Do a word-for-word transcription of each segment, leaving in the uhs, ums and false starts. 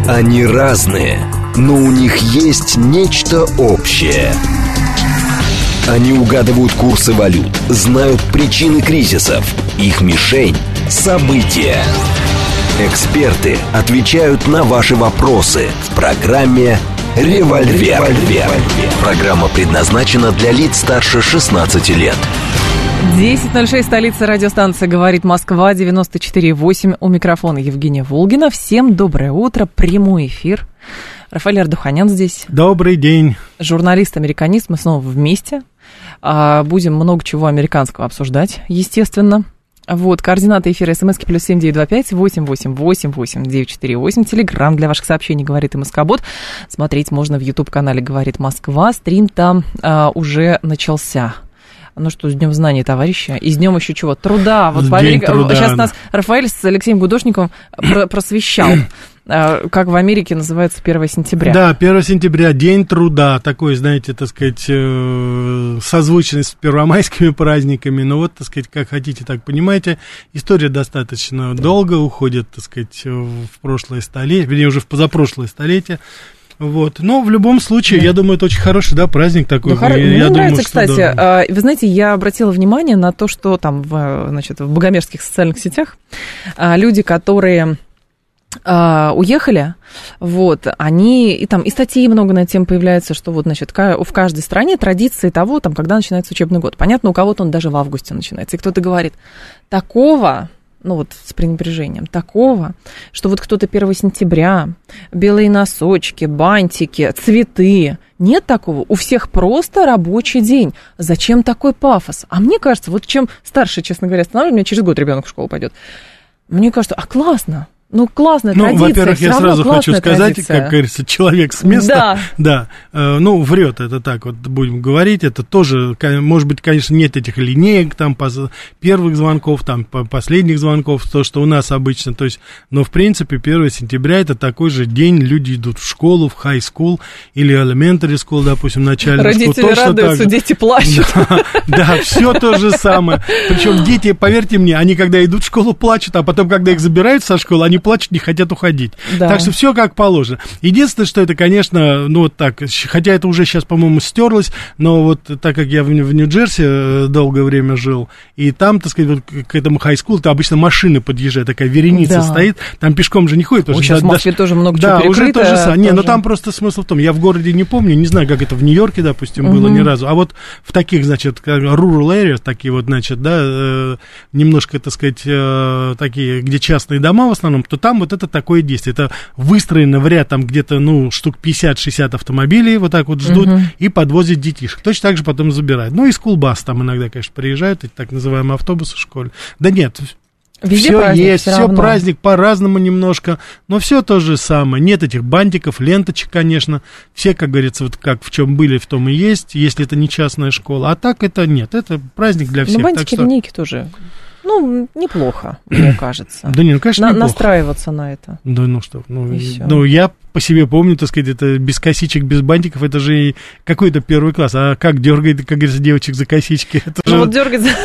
Они разные, но у них есть нечто общее. Они угадывают курсы валют, знают причины кризисов. Их мишень – события. Эксперты отвечают на ваши вопросы в программе «Револьвер». Программа предназначена для лиц старше шестнадцати лет. десять ноль шесть, столица, радиостанция «Говорит Москва», девяносто четыре восемь. У микрофона Евгения Волгина. Всем доброе утро, прямой эфир. Рафаэль Ардуханян здесь. Добрый день. Журналист-американист, мы снова вместе. Будем много чего американского обсуждать, естественно. Вот, координаты эфира, смски плюс семь девять два пять восемь восемь восемь восемь девять четыре восемь. Телеграм для ваших сообщений «Говорит МСК-бот». Смотреть можно в YouTube-канале «Говорит Москва». Стрим там а, уже начался. Ну что, с Днем знаний, товарищи. И с Днем еще чего? Труда. Вот День труда. Сейчас нас Рафаэль с Алексеем Гудошниковым просвещал, как в Америке называется первое сентября. Да, первое сентября, День труда. Такой, знаете, так сказать, созвучный с первомайскими праздниками. Но вот, так сказать, как хотите, так понимаете, история достаточно долго уходит, так сказать, в прошлое столетие, вернее, уже в позапрошлое столетие. Вот. Но в любом случае, да. Я думаю, это очень хороший, да, праздник такой. Ну, хор... я, Мне я нравится, думаю, кстати, да. Вы знаете, я обратила внимание на то, что там, в, значит, в богомерзких социальных сетях люди, которые уехали, вот, они, и там, и статьи много на эту тему появляется, что вот, значит, в каждой стране традиции того, там, когда начинается учебный год. Понятно, у кого-то он даже в августе начинается, и кто-то говорит, такого... ну вот с пренебрежением такого, что вот кто-то первого сентября, белые носочки, бантики, цветы. Нет такого. У всех просто рабочий день. Зачем такой пафос? А мне кажется, вот чем старше, честно говоря, становлюсь, у меня через год ребенок в школу пойдет. Мне кажется, а классно. Ну, классная ну, традиция. Во-первых, я сразу хочу сказать, традиция. Как говорится, человек с места, да, да э, ну, врет, это так вот будем говорить, это тоже, может быть, конечно, нет этих линеек, там, по первых звонков, там, по последних звонков, то, что у нас обычно, то есть, но, в принципе, первое сентября это такой же день, люди идут в школу, в high school или elementary school, допустим, начальную школу. Родители радуются, дети плачут. Да, да, все то же самое, причем дети, поверьте мне, они, когда идут в школу, плачут, а потом, когда их забирают со школы, они плачут, не хотят уходить. Да. Так что все как положено. Единственное, что это, конечно, ну вот так, хотя это уже сейчас, по-моему, стерлось, но вот так как я в, в Нью-Джерси долгое время жил, и там, так сказать, вот к этому хай-скулу, то обычно машины подъезжают, такая вереница, да, стоит, там пешком же не ходит. О, сейчас в Москве да, тоже много да, чего перекрыто. Да, уже то же самое. Не, но там просто смысл в том, я в городе не помню, не знаю, как это в Нью-Йорке, допустим, было угу. ни разу, а вот в таких, значит, rural areas, такие вот, значит, да, э, немножко, так сказать, э, такие, где частные дома в основном, то там вот это такое действие. Это выстроено в ряд, там где-то, ну, штук пятьдесят-шестьдесят автомобилей вот так вот ждут uh-huh. и подвозят детишек. Точно так же потом забирают. Ну, и скулбас там иногда, конечно, приезжают, эти так называемые автобусы в школе. Да нет, везде все праздник, есть, все, все равно. Праздник по-разному немножко, но все то же самое. Нет этих бантиков, ленточек, конечно. Все, как говорится, вот как в чем были, в том и есть, если это не частная школа. А так это нет, это праздник для всех. Ну, бантики, что... линейки тоже... Ну, неплохо, мне кажется. Да нет, ну, конечно, на, неплохо. Настраиваться на это. Да ну что, ну, ну я по себе помню, так сказать, это без косичек, без бантиков, это же какой-то первый класс. А как дергает, как говорится, девочек за косички? Это ну же... вот дергать за...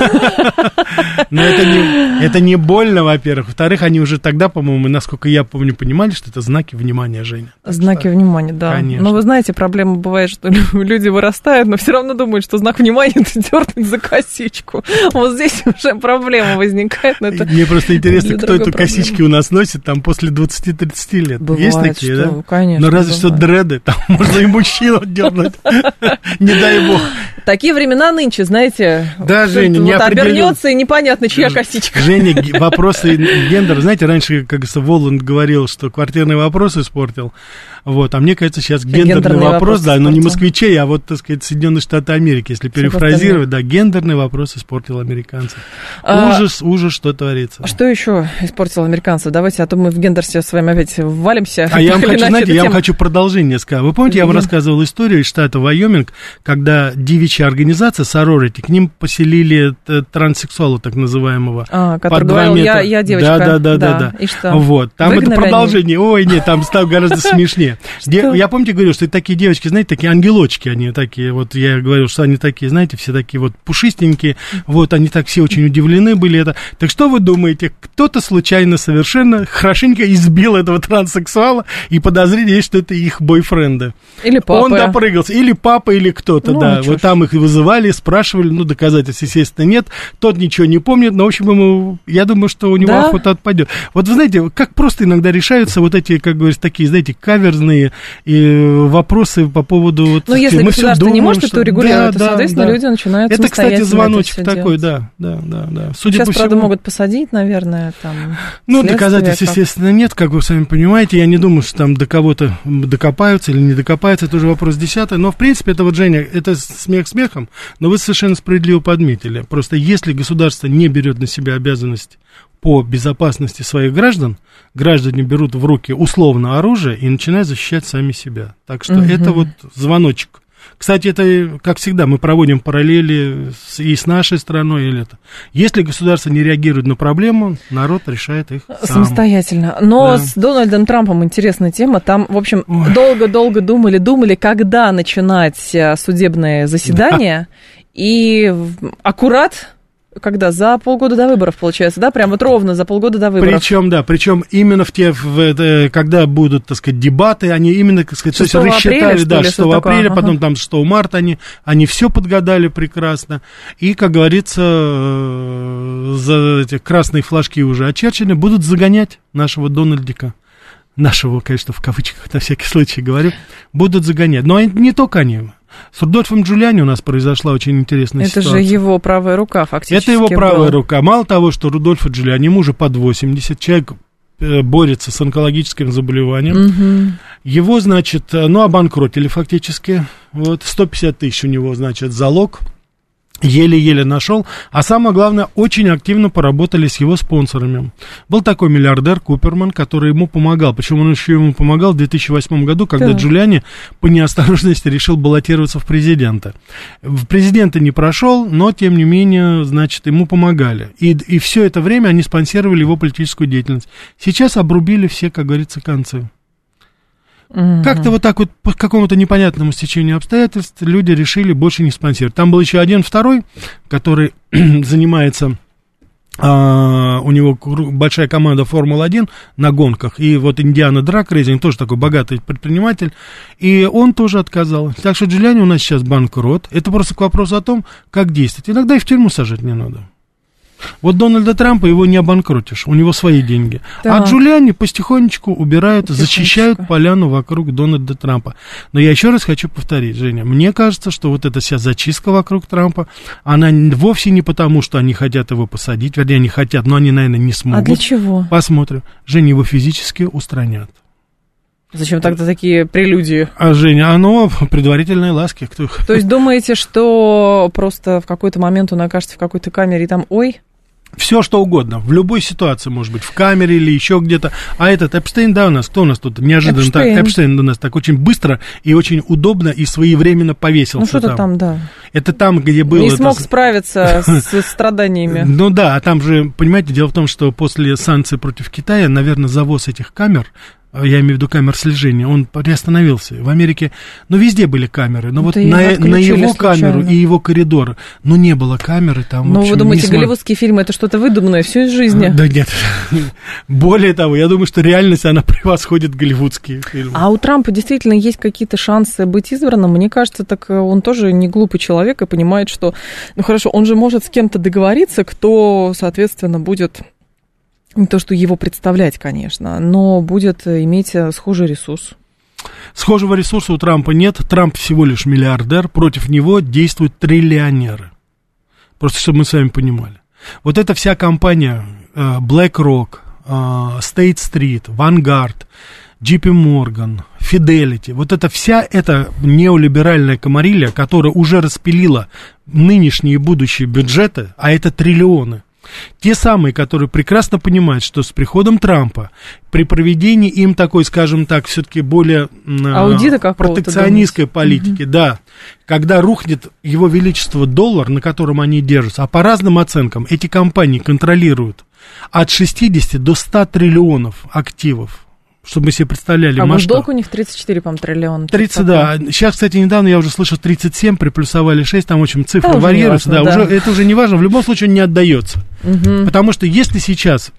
Но это не, это не больно, во-первых. Во-вторых, они уже тогда, по-моему, насколько я помню, понимали, что это знаки внимания, Женя. Знаки что... внимания, да. Конечно. Но вы знаете, проблема бывает, что люди вырастают, но все равно думают, что знак внимания — это дернуть за косичку. Вот здесь уже проблема возникает. Это мне просто интересно, кто эту косички у нас носит там после двадцати-тридцати лет. Бывает, есть такие, что, да? Конечно. Но разве бывает. Что дреды, там можно и мужчину дернуть. Не дай бог. Такие времена нынче, знаете. Да, Женя, не определен. Обернется, и непонятно, чья косичка. Женя, вопросы гендера. Знаете, раньше, как говорится, Воланд говорил, что квартирный вопрос испортил. Вот, а мне кажется, сейчас гендерный, гендерный вопрос, вопрос, да, но не москвичей, а вот, так сказать, Соединенные Штаты Америки, если перефразировать, да, гендерный вопрос испортил американцев. А, ужас, ужас, что творится. Что еще испортил американцев? Давайте, а то мы в гендер с вами опять ввалимся. А я вам хочу знаете, я вам хочу продолжение сказать. Вы помните, я вам рассказывал историю из штата Вайоминг, когда девичья организация Sorority, к ним поселили транссексуала, так называемого. А, который говорил, я, я девочка. Да, да, да, да. да. И что? Вот, там Выгнали это продолжение. они? Ой, нет, там стало гораздо смешнее. Я помните, говорю, что такие девочки, знаете, такие ангелочки, они такие, вот я говорил, что они такие, знаете, все такие вот пушистенькие, вот, они так все очень удивлены были это. Так что вы думаете, кто-то случайно совершенно хорошенько избил этого транссексуала, и подозрение есть, что это их бойфренды. Или папа. Он допрыгался, или папа, или кто-то, ну, да. Вот ж. Там их вызывали, спрашивали, ну, доказательств, естественно, нет. Тот ничего не помнит, но, в общем, ему, я думаю, что у него да? охота отпадет. Вот вы знаете, как просто иногда решаются вот эти, как говорится, такие, знаете, каверзные и вопросы по поводу... Вот, ну, если государство думаем, не может что... это урегулировать, да, то, соответственно, да. люди начинают это, кстати, звоночек это такой, делать. да, да, да, да. Судя Сейчас, по правда, всему... могут посадить, наверное, там... Ну, доказательств, естественно, нет, как вы сами понимаете. Я не думаю, что там до кого-то докопаются или не докопаются, это уже вопрос десятый. Но, в принципе, это вот, Женя, это смех смехом, но вы совершенно справедливо подметили. Просто если государство не берет на себя обязанность по безопасности своих граждан, граждане берут в руки условно оружие и начинают защищать сами себя. Так что угу. это вот звоночек. Кстати, это, как всегда, мы проводим параллели с, и с нашей страной. Или это. Если государство не реагирует на проблему, народ решает их сам. Самостоятельно. Но да. с Дональдом Трампом интересная тема. Там, в общем, долго-долго думали, думали, когда начинать судебное заседание. Да. И аккурат... Когда? За полгода до выборов, получается, да? Прям вот ровно за полгода до выборов. Причем, да, причем именно в те, в, это, когда будут, так сказать, дебаты, они именно, так сказать, шестого рассчитали, да, шестого апреля, ага. потом там шестого марта, они, они все подгадали прекрасно. И, как говорится, за эти красные флажки уже очерчены, будут загонять нашего Дональдика. Нашего, конечно, в кавычках, на всякий случай говорю, будут загонять. Но не только они. С Рудольфом Джулиани у нас произошла очень интересная это ситуация. Это же его правая рука, фактически. Это его правая был. рука. Мало того, что Рудольфа Джулиани, ему уже под восемьдесят, человек э, борется с онкологическим заболеванием. Угу. Его, значит, ну, обанкротили фактически. Вот, сто пятьдесят тысяч у него, значит, залог. Еле-еле нашел, а самое главное, очень активно поработали с его спонсорами. Был такой миллиардер Куперман, который ему помогал, причем он еще ему помогал в две тысячи восьмом году, когда да. Джулиани по неосторожности решил баллотироваться в президенты. В президенты не прошел, но, тем не менее, значит, ему помогали. И, и все это время они спонсировали его политическую деятельность. Сейчас обрубили все, как говорится, концы. Mm-hmm. Как-то вот так вот по какому-то непонятному стечению обстоятельств люди решили больше не спонсировать. Там был еще один второй, который занимается, а, у него большая команда Формула один на гонках, и вот Индиана Драг Рейзинг, тоже такой богатый предприниматель, и он тоже отказал. Так что Джулиани у нас сейчас банкрот. Это просто к вопросу о том, как действовать. Иногда и в тюрьму сажать не надо. Вот Дональда Трампа его не обанкротишь, у него свои деньги. Да. А Джулиани потихонечку убирают, зачищают поляну вокруг Дональда Трампа. Но я еще раз хочу повторить, Женя, мне кажется, что вот эта вся зачистка вокруг Трампа, она вовсе не потому, что они хотят его посадить, вернее, они хотят, но они, наверное, не смогут. А для чего? Посмотрим. Женя, его физически устранят. Зачем тогда такие прелюдии? А, Женя, оно предварительные ласки. Кто... То есть думаете, что просто в какой-то момент он окажется в какой-то камере и там, ой... Все, что угодно, в любой ситуации, может быть, в камере или еще где-то. А этот Эпштейн, да, у нас, кто у нас тут неожиданно Эпштейн. так, Эпштейн у нас так очень быстро и очень удобно и своевременно повесился. Ну, что-то там, там, да. Это там, где было... Не смог это... справиться с страданиями. Ну да, а там же, понимаете, дело в том, что после санкций против Китая, наверное, завоз этих камер, я имею в виду камер слежения, он приостановился. В Америке, ну, везде были камеры, но вот на, на его случайно. камеру и его коридор, ну, не было камеры там. Ну, общем, вы думаете, смог... голливудские фильмы, это что-то выдуманное все из жизни? Да нет. Более того, я думаю, что реальность, она превосходит голливудские фильмы. А у Трампа действительно есть какие-то шансы быть избранным? Мне кажется, так он тоже не глупый человек и понимает, что, ну, хорошо, он же может с кем-то договориться, кто, соответственно, будет... Не то, что его представлять, конечно, но будет иметь схожий ресурс. Схожего ресурса у Трампа нет. Трамп всего лишь миллиардер. Против него действуют триллионеры. Просто чтобы мы с вами понимали. Вот эта вся компания BlackRock, State Street, Vanguard, джей пи Morgan, Fidelity, вот эта вся эта неолиберальная комарилья, которая уже распилила нынешние и будущие бюджеты, а это триллионы. Те самые, которые прекрасно понимают, что с приходом Трампа, при проведении им такой, скажем так, все-таки более аудита протекционистской политики, угу. да, когда рухнет его величество доллар, на котором они держатся, а по разным оценкам эти компании контролируют от шестидесяти до ста триллионов активов. Чтобы мы себе представляли а масштаб. А долг у них тридцать четыре, по-моему, триллиона. тридцать, да. Сейчас, кстати, недавно я уже слышал тридцать семь, приплюсовали шесть, там, в общем, цифры да, варьируются. Важно, да, да. Уже, это уже не важно, в любом случае он не отдается. Угу. Потому что если сейчас,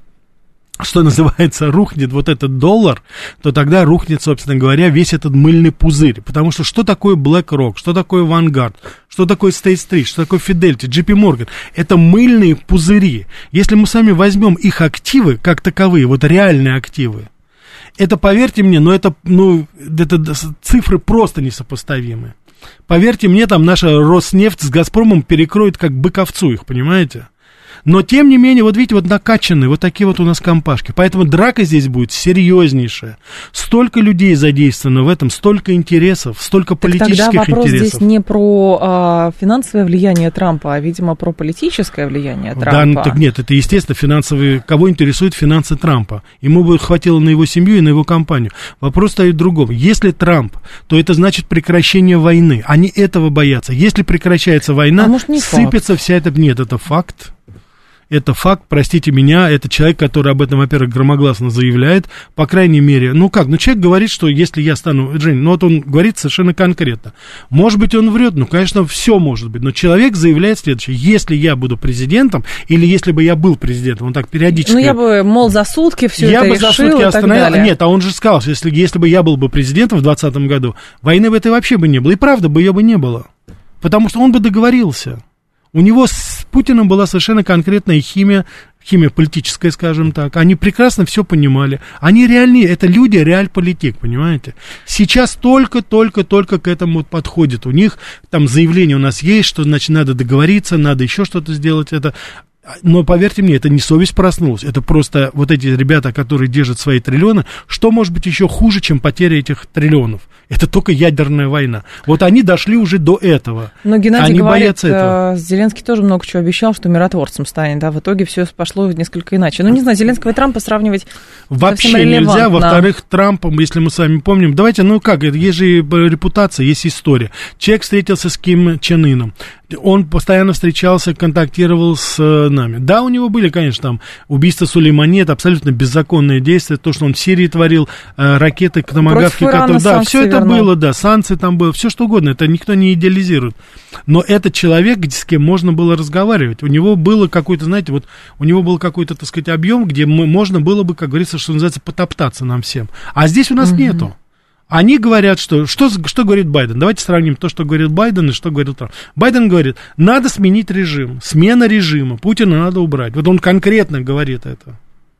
что называется, рухнет вот этот доллар, то тогда рухнет, собственно говоря, весь этот мыльный пузырь. Потому что что такое BlackRock, что такое Vanguard, что такое State Street, что такое Fidelity, джей пи Morgan? Это мыльные пузыри. Если мы с вами возьмем их активы, как таковые, вот реальные активы, это, поверьте мне, но это, ну, это цифры просто несопоставимы. Поверьте мне, там наша Роснефть с Газпромом перекроет как бык овцу их, понимаете? Но, тем не менее, вот видите, вот накачанные, вот такие вот у нас компашки. Поэтому драка здесь будет серьезнейшая. Столько людей задействовано в этом, столько интересов, столько так политических тогда вопрос интересов. Здесь не про а, финансовое влияние Трампа, а, видимо, про политическое влияние Трампа. Да, ну, так нет, это, естественно, финансовые... Кого интересуют финансы Трампа? Ему бы хватило на его семью и на его компанию. Вопрос стоит в другом. Если Трамп, то это значит прекращение войны. Они этого боятся. Если прекращается война, а может, не сыпется факт. вся эта... Нет, это факт. Это факт, простите меня, это человек, который об этом, во-первых, громогласно заявляет, по крайней мере, ну как, ну человек говорит, что если я стану, Жень, ну вот он говорит совершенно конкретно, может быть, он врет, ну, конечно, все может быть, но человек заявляет следующее: если я буду президентом, или если бы я был президентом, он так периодически... Ну, я бы, мол, за сутки все я это бы решил за сутки и остановил, так далее. Нет, а он же сказал, что если, если бы я был бы президентом в двадцатом году, войны в этой вообще бы не было, и правда бы ее бы не было, потому что он бы договорился. У него с Путиным была совершенно конкретная химия, химия политическая, скажем так. Они прекрасно все понимали. Они реальные, это люди, реальполитик, понимаете? Сейчас только-только-только к этому подходит. У них там заявление у нас есть, что, значит, надо договориться, надо еще что-то сделать. Это... Но, поверьте мне, это не совесть проснулась. Это просто вот эти ребята, которые держат свои триллионы. Что может быть еще хуже, чем потеря этих триллионов? Это только ядерная война. Вот они дошли уже до этого. Но Геннадий они говорит, боятся этого. Зеленский тоже много чего обещал, что миротворцем станет, да, в итоге все пошло несколько иначе. Ну, не знаю, Зеленского и Трампа сравнивать вообще нельзя. Во-вторых, Трампом, если мы с вами помним, давайте, ну как, есть же репутация, есть история. Человек встретился с Ким Чен Ыном. Он постоянно встречался, контактировал с нами. Да, у него были, конечно, там убийство Сулеймани, это абсолютно беззаконное действие, то, что он в Сирии творил, ракеты, томагавки, которые... Да, все это вернул. Было, да, санкции там было, все что угодно, это никто не идеализирует. Но этот человек, с кем можно было разговаривать, у него было какой-то, знаете, вот у него был какой-то, так сказать, объем, где мы, можно было бы, как говорится, что называется, потоптаться нам всем. А здесь у нас mm-hmm. нету. Они говорят, что, что... Что говорит Байден? Давайте сравним то, что говорит Байден, и что говорит Трамп. Байден говорит, надо сменить режим. Смена режима. Путина надо убрать. Вот он конкретно говорит это.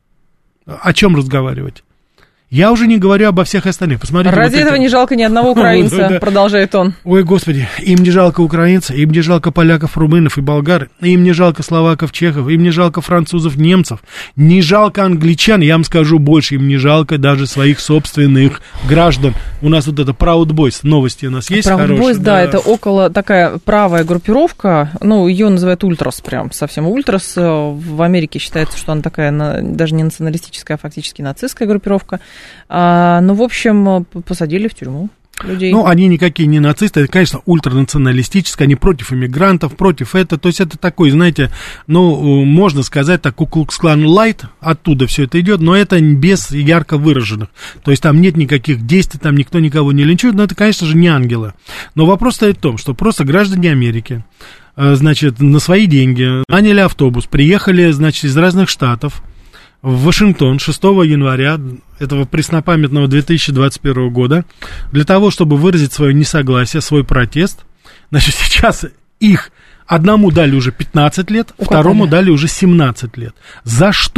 О чем разговаривать? Я уже не говорю обо всех остальных. Посмотрите. Ради вот этого это. Не жалко ни одного украинца, да, да. Продолжает он. Ой, господи, им не жалко украинцев, им не жалко поляков, румынов и болгар, им не жалко словаков, чехов, им не жалко французов, немцев, не жалко англичан, я вам скажу больше, им не жалко даже своих собственных граждан. У нас вот это Proud Boys, новости у нас есть Proud хорошие? Boys, да, да, это около такая правая группировка, ну, ее называют ультрас, прям совсем ультрас. В Америке считается, что она такая даже не националистическая, а фактически нацистская группировка. А, ну, в общем, посадили в тюрьму людей. Ну, они никакие не нацисты, это, конечно, ультранационалистические, они против иммигрантов, против этого, то есть это такой, знаете, ну, можно сказать, так, Ку-Клукс-Клан лайт, оттуда все это идет, но это без ярко выраженных, то есть там нет никаких действий, там никто никого не линчует, но это, конечно же, не ангелы. Но вопрос стоит в том, что просто граждане Америки, значит, на свои деньги наняли автобус, приехали, значит, из разных штатов, в Вашингтон шестого января этого преснопамятного две тысячи двадцать первого года для того, чтобы выразить свое несогласие, свой протест. Значит, сейчас их одному дали уже пятнадцать лет, Укатали. Второму дали уже семнадцать лет. За что?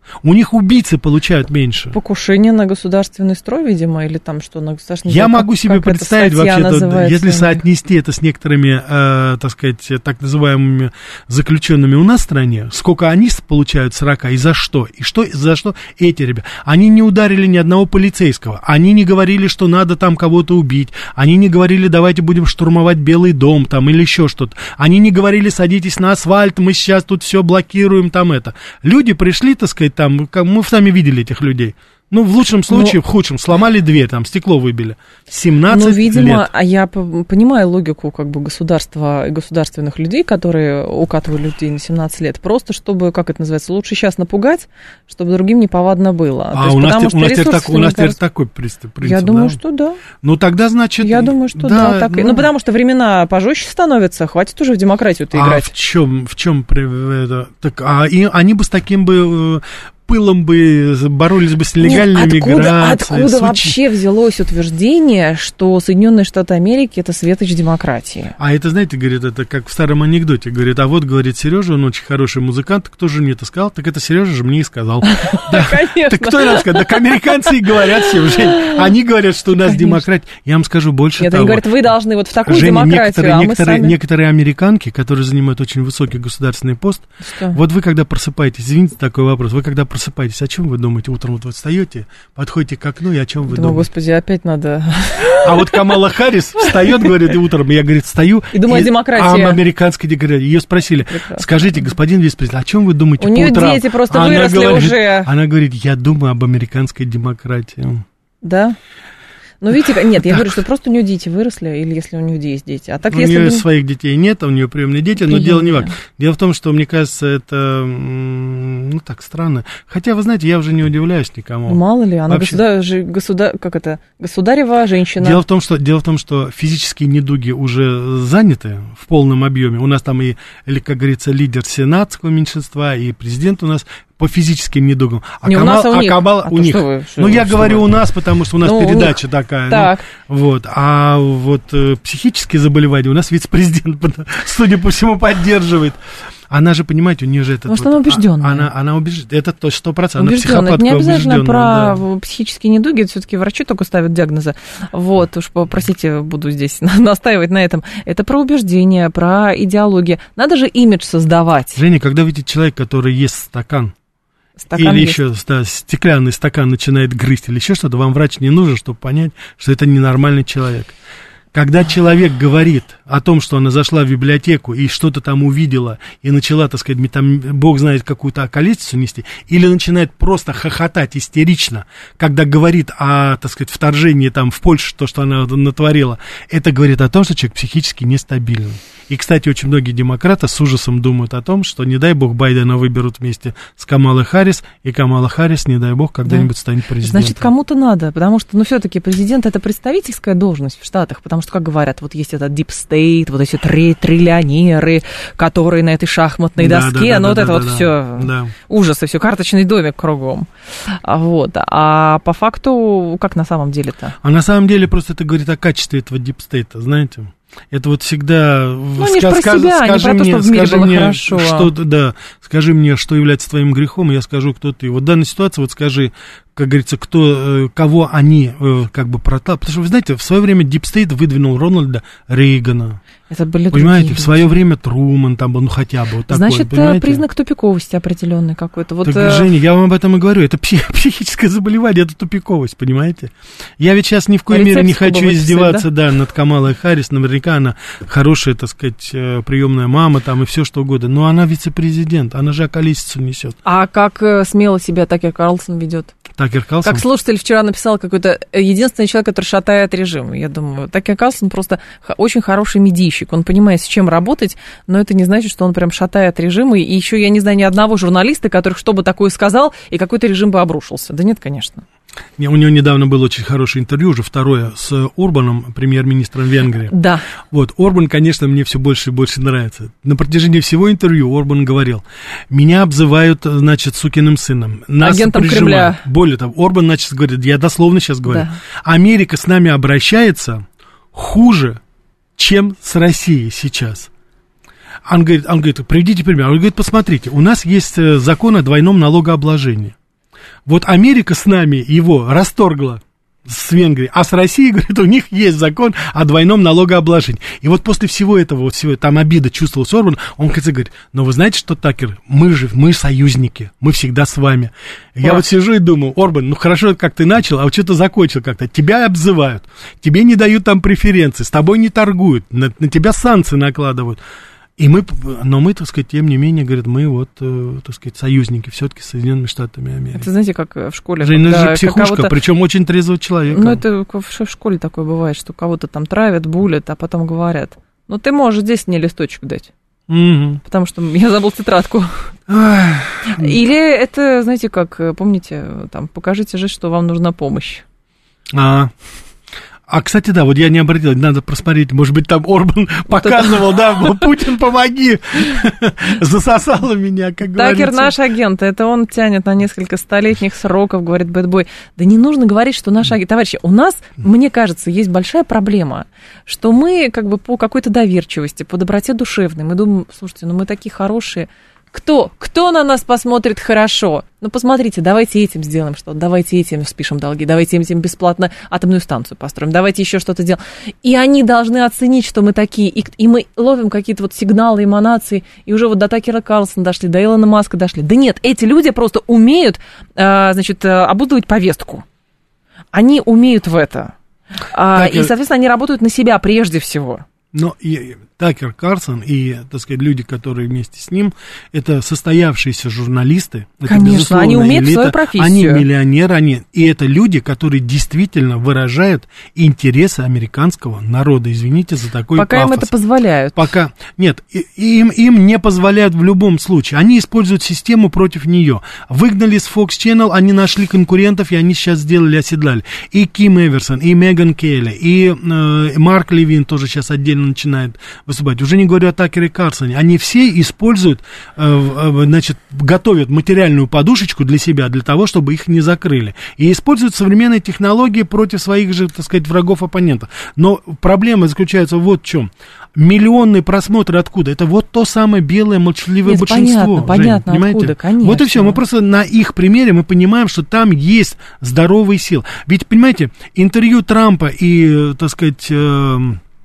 У них убийцы получают меньше. Покушение на государственный строй, видимо, или там что, на государственный... Я как, могу себе представить вообще, если соотнести это с некоторыми, э, так сказать, так называемыми заключенными у нас в стране, сколько они получают срока и за что? И что, за что эти ребята? Они не ударили ни одного полицейского, они не говорили, что надо там кого-то убить, они не говорили, давайте будем штурмовать Белый дом там или еще что-то. Они не говорили, садитесь на асфальт, мы сейчас тут все блокируем, там это. Люди пришли, так сказать, там, мы сами видели этих людей. Ну, в лучшем случае, но... в худшем, сломали дверь, там, стекло выбили. семнадцать лет. Ну, видимо, лет. А я понимаю логику, как бы, государства и государственных людей, которые укатывали людей на семнадцать лет, просто чтобы, как это называется, лучше сейчас напугать, чтобы другим неповадно было. А у нас, те, у нас, теперь, так, у нас теперь такой принцип, Я думаю, да? что да. Ну, тогда, значит... Я думаю, что да. да так... ну... ну, потому что времена пожестче становятся, хватит уже в демократию-то играть. А в чем, в чем это? Так, а и, они бы с таким бы... пылом бы боролись бы с нелегальной миграцией. Откуда случай... вообще взялось утверждение, что Соединенные Штаты Америки это светоч демократии? А это, знаете, говорит, это как в старом анекдоте. Говорит, а вот, говорит, Сережа, он очень хороший музыкант, кто же мне это сказал? Так это Сережа же мне и сказал. Конечно. Так кто это сказал? Так американцы и говорят всем, Жень. Они говорят, что у нас демократия. Я вам скажу больше того. Нет, они говорят, вы должны вот в такую демократию, а мы сами... Некоторые американки, которые занимают очень высокий государственный пост, вот вы когда просыпаетесь, извините, такой вопрос, вы когда просыпаетесь, о чем вы думаете? Утром вот вы встаете, подходите к окну, и о чем вы думаю, думаете? Господи, опять надо... А вот Камала Харрис встает, говорит, и утром, я, говорит, встаю... И думаю о демократии. А американской демократии. Ее спросили, прекрасно. Скажите, господин вице-президент, о чем вы думаете У по нее утрам? дети просто она выросли говорит, уже. Она говорит, я думаю об американской демократии. Да? Ну, видите, нет, я говорю, что просто у нее дети выросли, или если у нее есть дети. А так, у если нее бы... своих детей нет, а у нее приемные дети, но дело не важно. Дело в том, что, мне кажется, это, ну, так странно. Хотя, вы знаете, я уже не удивляюсь никому. Мало ли, она государ... государ... как это? государева женщина. Дело в том, что, дело в том, что физические недуги уже заняты в полном объеме. У нас там и, или, как говорится, лидер сенатского меньшинства, и президент у нас по физическим недугам. А не Камал, у нас, а у а них. Камал, А у них. Вы, что, ну, я что говорю вы? у нас, потому что у нас ну, передача такая. Так. Ну, вот. А вот э, психические заболевания у нас вице-президент, судя по всему, поддерживает. Она же, понимаете, у нее же это... Потому что она убежденная. Она, она убеждена. Это то, сто процентов. Она психопатка убежденная. Это не обязательно про да. психические недуги, это все-таки врачи только ставят диагнозы. Вот, уж простите, буду здесь настаивать на этом. Это про убеждения, про идеологию. Надо же имидж создавать. Женя, когда видите человека, который ест стакан, Стакан или есть. еще да, стеклянный стакан начинает грызть, или еще что-то, вам врач не нужен, чтобы понять, что это ненормальный человек. Когда человек говорит о том, что она зашла в библиотеку и что-то там увидела, и начала, так сказать, там, бог знает, какую-то околесицу нести, или начинает просто хохотать истерично, когда говорит о, так сказать, вторжении там в Польшу, то, что она натворила, это говорит о том, что человек психически нестабильный. И, кстати, очень многие демократы с ужасом думают о том, что, не дай бог, Байдена выберут вместе с Камалой Харрис, и Камала Харрис, не дай бог, когда-нибудь да. станет президентом. Значит, кому-то надо, потому что, ну, все-таки президент — это представительская должность в Штатах, потому что, как говорят, вот есть этот deep state, вот эти три триллионеры, которые на этой шахматной да, доске, да, да, ну, да, вот да, это да, вот да, все да. ужасы, все, карточный домик кругом. Вот. А по факту, как на самом деле-то? А на самом деле просто это говорит о качестве этого deep state, знаете? Это вот всегда... Ну, не про себя, скажи не про мне, то, что в мире скажи было мне, хорошо. Что, да, скажи мне, что является твоим грехом, и я скажу, кто ты. Вот в данной ситуации, вот скажи, как говорится, кто, кого они как бы проталкивают. Потому что, вы знаете, в свое время Deep State выдвинул Рональда Рейгана. Это были понимаете, другие в свое время Труман там был, ну хотя бы вот такой. Значит, понимаете? Признак тупиковости определенный какой-то. Вот, так, э... Женя, я вам об этом и говорю. Это псих, психическое заболевание, это тупиковость, понимаете? Я ведь сейчас ни в коей мере не хочу выписать, издеваться да? Да, над Камалой Харрис. Наверняка она хорошая, так сказать, приемная мама там и все что угодно. Но она вице-президент, она же околесицу несет. А как смело себя Такер Карлсон ведет? Такер Карлсон? Как слушатель вчера написал какой-то единственный человек, который шатает режим. Я думаю, Такер Карлсон просто очень хороший медийщик. Он понимает, с чем работать, но это не значит, что он прям шатает режимы. И еще я не знаю ни одного журналиста, который что бы такое сказал, и какой-то режим бы обрушился. Да нет, конечно. У него недавно было очень хорошее интервью, уже второе, с Орбаном, премьер-министром Венгрии. Да. Вот, Орбан, конечно, мне все больше и больше нравится. На протяжении всего интервью Орбан говорил, меня обзывают, значит, сукиным сыном. Нас агентом прижимают. Кремля. Более того, Орбан, значит, говорит, я дословно сейчас говорю, да. Америка с нами обращается хуже, чем с Россией сейчас. Он говорит, он говорит, приведите пример. Он говорит, посмотрите, у нас есть закон о двойном налогообложении. Вот Америка с нами его расторгла с Венгрией, а с Россией, говорит, у них есть закон о двойном налогообложении. И вот после всего этого, вот всего, там обида чувствовалась Орбан, он, кажется, говорит, но вы знаете что, Такер, мы же, мы союзники, мы всегда с вами. Я вот сижу и думаю, Орбан, ну хорошо, как ты начал, а вот что-то закончил как-то. Тебя обзывают, тебе не дают там преференции, с тобой не торгуют, на, на тебя санкции накладывают. И мы, но мы, так сказать, тем не менее, говорят, мы вот, э, так сказать, союзники все-таки с Соединенными Штатами Америки. Это, знаете, как в школе. Жень, это же психушка, причем очень трезвого человека. Ну, это в школе такое бывает, что кого-то там травят, булят, а потом говорят, ну, ты можешь здесь мне листочек дать. Угу. Потому что я забыл тетрадку. Или это, знаете, как, помните, там, покажите же, что вам нужна помощь. А А, кстати, да, вот я не обратил, надо просмотреть, может быть, там Орбан показывал, да, Путин, помоги, засосало меня, как говорится. Такер наш агент, это он тянет на несколько столетних сроков, говорит бэтбой. Да не нужно говорить, что наш агент. Товарищи, у нас, мне кажется, есть большая проблема, что мы как бы по какой-то доверчивости, по доброте душевной, мы думаем, слушайте, ну мы такие хорошие. Кто? Кто на нас посмотрит хорошо? Ну, посмотрите, давайте этим сделаем что-то, давайте этим спишем долги, давайте этим бесплатно атомную станцию построим, давайте еще что-то делаем. И они должны оценить, что мы такие, и, и мы ловим какие-то вот сигналы, эманации, и уже вот до Такера Карлсона дошли, до Илона Маска дошли. Да нет, эти люди просто умеют, а, значит, обуздывать повестку. Они умеют в это. А, и, соответственно, они работают на себя прежде всего. Но и, Такер Карлсон и, так сказать, люди, которые вместе с ним, это состоявшиеся журналисты. Это, конечно, они умеют элита, свою профессию. Они миллионеры, они, и это люди, которые действительно выражают интересы американского народа. Извините за такой Пока пафос. им это позволяют. Пока, нет, им, им не позволяют в любом случае. Они используют систему против нее. Выгнали с Fox Channel, они нашли конкурентов, и они сейчас сделали, оседлали. И Ким Эверсон, и Меган Келли, и э, Марк Левин тоже сейчас отдельно начинает выступать. Уже не говорю о Такере Карлсоне. Они все используют, э, значит, готовят материальную подушечку для себя, для того, чтобы их не закрыли. И используют современные технологии против своих же, так сказать, врагов-оппонентов. Но проблема заключается вот в чем. Миллионные просмотры откуда? Это вот то самое белое молчаливое Нет, большинство. Понятно, Жень, понятно, понимаете? Откуда, конечно. Вот и все. Мы просто на их примере мы понимаем, что там есть здоровые силы. Ведь, понимаете, интервью Трампа и, так сказать, э,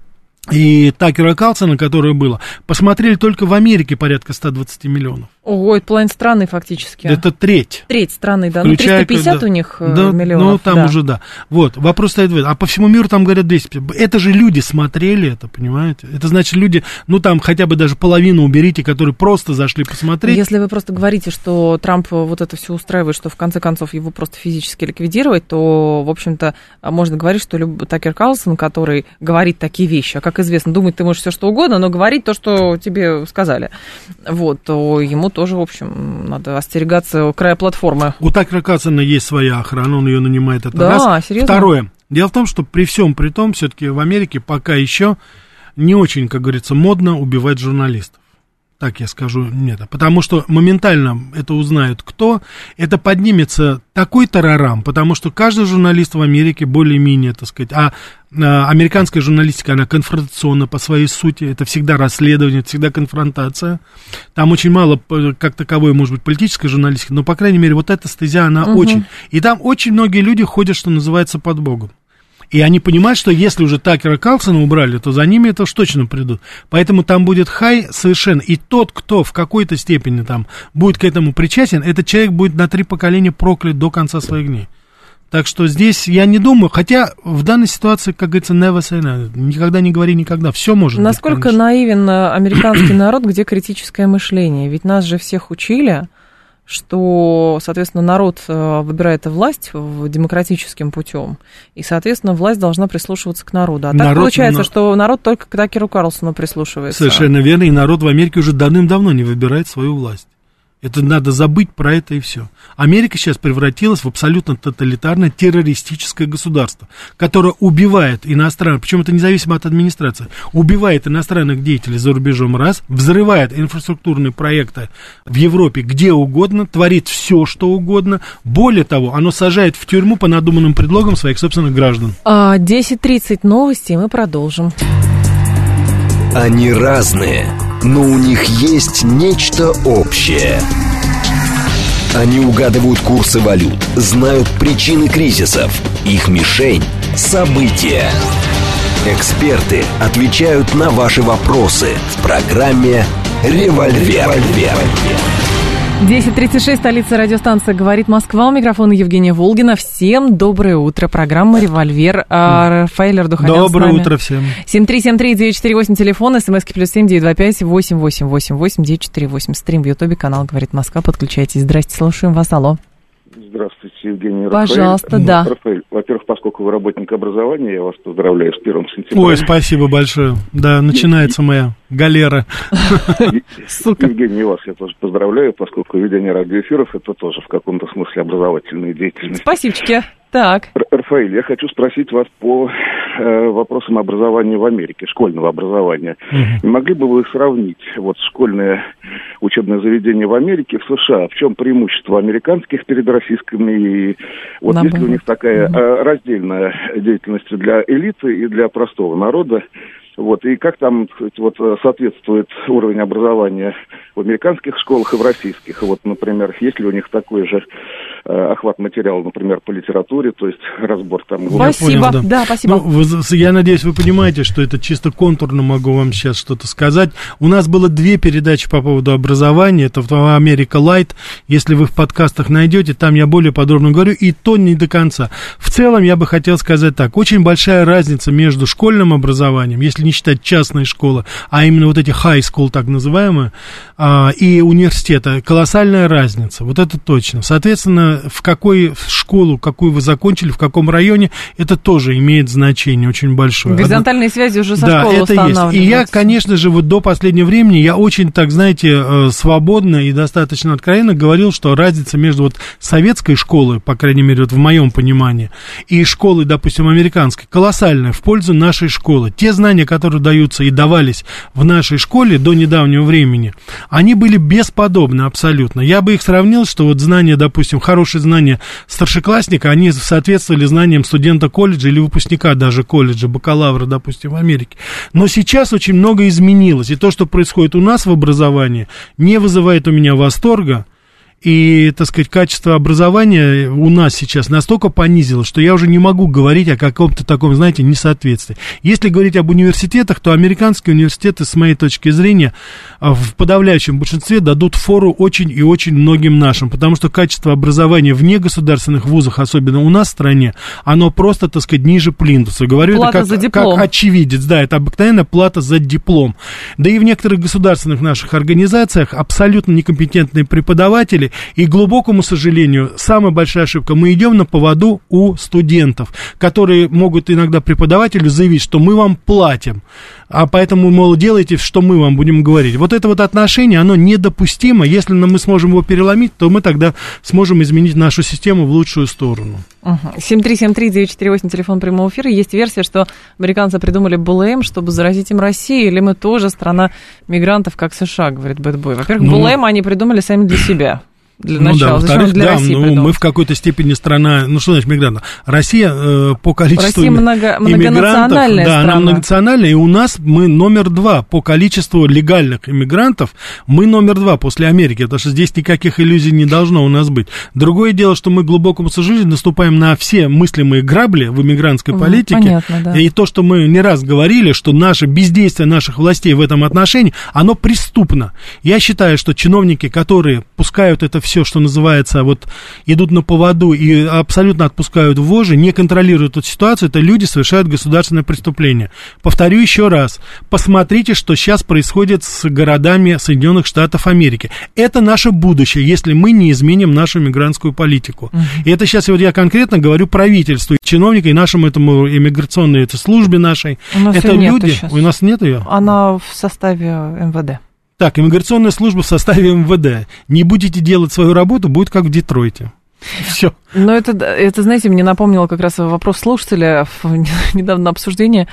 и Такера Карлсона, которое было, посмотрели только в Америке порядка сто двадцать миллионов. Ого, это половина страны фактически. Это треть. Треть страны, да. Включая, ну, триста пятьдесят да, у них да, миллионов. Ну, там да. уже, да. Вот, вопрос стоит в этом. А по всему миру там говорят двести пятьдесят. Это же люди смотрели это, понимаете? Это значит, люди, ну, там хотя бы даже половину уберите, которые просто зашли посмотреть. Если вы просто говорите, что Трамп вот это все устраивает, что в конце концов его просто физически ликвидировать, то, в общем-то, можно говорить, что Такер Карлсон, который говорит такие вещи, а, как известно, думать ты можешь все что угодно, но говорить то, что тебе сказали, вот, то ему тоже, в общем, надо остерегаться края платформы. У Такера Карлсона есть своя охрана, он ее нанимает, это да, раз. Серьезно? Второе. Дело в том, что при всем при том, все-таки в Америке пока еще не очень, как говорится, модно убивать журналистов. Так я скажу, нет, потому что моментально это узнают кто, это поднимется такой тарарам, потому что каждый журналист в Америке более-менее, так сказать, а, а американская журналистика, она конфронтационна по своей сути, это всегда расследование, это всегда конфронтация, там очень мало, как таковой, может быть, политической журналистики, но, по крайней мере, вот эта стезя, она угу. очень, и там очень многие люди ходят, что называется, под Богом. И они понимают, что если уже Такера Карлсона убрали, то за ними это уж точно придут. Поэтому там будет хай совершенно. И тот, кто в какой-то степени там будет к этому причастен, этот человек будет на три поколения проклят до конца своих дней. Так что здесь я не думаю, хотя в данной ситуации, как говорится, never say never, никогда не говори никогда, все может Насколько быть. Насколько наивен американский народ, где критическое мышление? Ведь нас же всех учили, что, соответственно, народ выбирает власть демократическим путем, и, соответственно, власть должна прислушиваться к народу. А народ, так получается, на... что народ только к Такеру Карлсону прислушивается. Совершенно верно, и народ в Америке уже давным-давно не выбирает свою власть. Это надо забыть про это и все. Америка сейчас превратилась в абсолютно тоталитарное террористическое государство, которое убивает иностранных, причем это независимо от администрации, убивает иностранных деятелей за рубежом раз, взрывает инфраструктурные проекты в Европе где угодно, творит все, что угодно. Более того, оно сажает в тюрьму по надуманным предлогам своих собственных граждан. десять тридцать новости, и мы продолжим. Они разные, но у них есть нечто общее. Они угадывают курсы валют, знают причины кризисов. Их мишень – события. Эксперты отвечают на ваши вопросы в программе «Револьвер». десять тридцать шесть, столица, радиостанция «Говорит Москва». У микрофона Евгения Волгина. Всем доброе утро. Программа «Револьвер». А, Рафаэль Ардуханян доброе утро всем. семь три семь три девять четыре восемь, телефон, смски плюс семь девять два пять восемь восемь восемь восемь девять четыре восемь. Стрим в Ютубе, канал «Говорит Москва». Подключайтесь. Здрасте, слушаем вас. Алло. Здравствуйте, Евгений. Пожалуйста, Рафаэль. да. Рафаэль, во-первых, поскольку вы работник образования, я вас поздравляю с первым сентября. Ой, спасибо большое. Да, начинается моя галера. Евгений, вас я тоже поздравляю, поскольку ведение радиоэфиров — это тоже в каком-то смысле образовательная деятельность. Спасибочки. Так. Рафаэль, я хочу спросить вас по э, вопросам образования в Америке, школьного образования. Uh-huh. Не могли бы вы сравнить вот школьное учебное заведение в Америке, в США? В чем преимущество американских перед российскими? И вот Нам есть ли было. у них такая Uh-huh. э, раздельная деятельность для элиты и для простого народа? Вот, и как там, вот, соответствует уровень образования в американских школах и в российских? Вот, например, есть ли у них такой же э, охват материала, например, по литературе, то есть разбор там... Спасибо, понял, да. да, спасибо. Ну, вы, я надеюсь, вы понимаете, что это чисто контурно могу вам сейчас что-то сказать. У нас было две передачи по поводу образования, это «Америка Лайт», если вы в подкастах найдете, там я более подробно говорю, и то не до конца. В целом, я бы хотел сказать так, очень большая разница между школьным образованием, если не считать частные школы, а именно вот эти high school, так называемые, а, и университеты, колоссальная разница, вот это точно. Соответственно, в какой школу, какую вы закончили, в каком районе, это тоже имеет значение очень большое. Горизонтальные Одно... связи уже со да, школы это есть. И я, конечно же, вот до последнего времени, я очень, так знаете, свободно и достаточно откровенно говорил, что разница между вот советской школой, по крайней мере, вот в моем понимании, и школой, допустим, американской, колоссальная в пользу нашей школы. Те знания, которые даются и давались в нашей школе до недавнего времени, они были бесподобны абсолютно. Я бы их сравнил, что вот знания, допустим, хорошие знания старшеклассника, они соответствовали знаниям студента колледжа или выпускника даже колледжа, бакалавра, допустим, в Америке. Но сейчас очень много изменилось, и то, что происходит у нас в образовании, не вызывает у меня восторга. И, так сказать, качество образования у нас сейчас настолько понизилось, что я уже не могу говорить о каком-то таком, знаете, несоответствии. Если говорить об университетах, то американские университеты, с моей точки зрения, в подавляющем большинстве дадут фору очень и очень многим нашим, потому что качество образования в негосударственных вузах, особенно у нас в стране, оно просто, так сказать, ниже плинтуса. Говорю плата это как, за диплом. как очевидец, да, это обыкновенная плата за диплом. Да и в некоторых государственных наших организациях абсолютно некомпетентные преподаватели. И, к глубокому сожалению, самая большая ошибка, мы идем на поводу у студентов, которые могут иногда преподавателю заявить, что мы вам платим, а поэтому, мол, делайте, что мы вам будем говорить. Вот это вот отношение, оно недопустимо. Если мы сможем его переломить, то мы тогда сможем изменить нашу систему в лучшую сторону. семь три семь три девять четыре восемь, телефон прямого эфира. Есть версия, что американцы придумали БЛМ, чтобы заразить им Россию, или мы тоже страна мигрантов, как США, говорит Бэтбой. Во-первых, ну, БЛМ они придумали сами для себя. Для ну начала. да, во-вторых, для да, России ну, придумал? Мы в какой-то степени страна, ну что значит мигрантов? Россия э, по количеству Россия много, многонациональная да, страна. она многонациональная, и у нас мы номер два по количеству легальных иммигрантов, мы номер два после Америки, потому что здесь никаких иллюзий не должно у нас быть. Другое дело, что мы, к глубокому сожалению, наступаем на все мыслимые грабли в иммигрантской политике, понятно, да. И то, что мы не раз говорили, что наше бездействие наших властей в этом отношении, оно преступно. Я считаю, что чиновники, которые пускают это все, что называется, вот идут на поводу и абсолютно отпускают вожжи, не контролируют эту ситуацию, это люди совершают государственное преступление. Повторю еще раз, посмотрите, что сейчас происходит с городами Соединенных Штатов Америки. Это наше будущее, если мы не изменим нашу мигрантскую политику. Uh-huh. И это сейчас вот я конкретно говорю правительству, чиновникам и нашему этому иммиграционной этой службе нашей. У нас это люди. Сейчас. У нас нет ее? Она в составе эм вэ дэ. Так, иммиграционная служба в составе эм вэ дэ. Не будете делать свою работу, будет как в Детройте. Все. Но это, это, знаете, мне напомнило как раз вопрос слушателя в недавно обсуждении.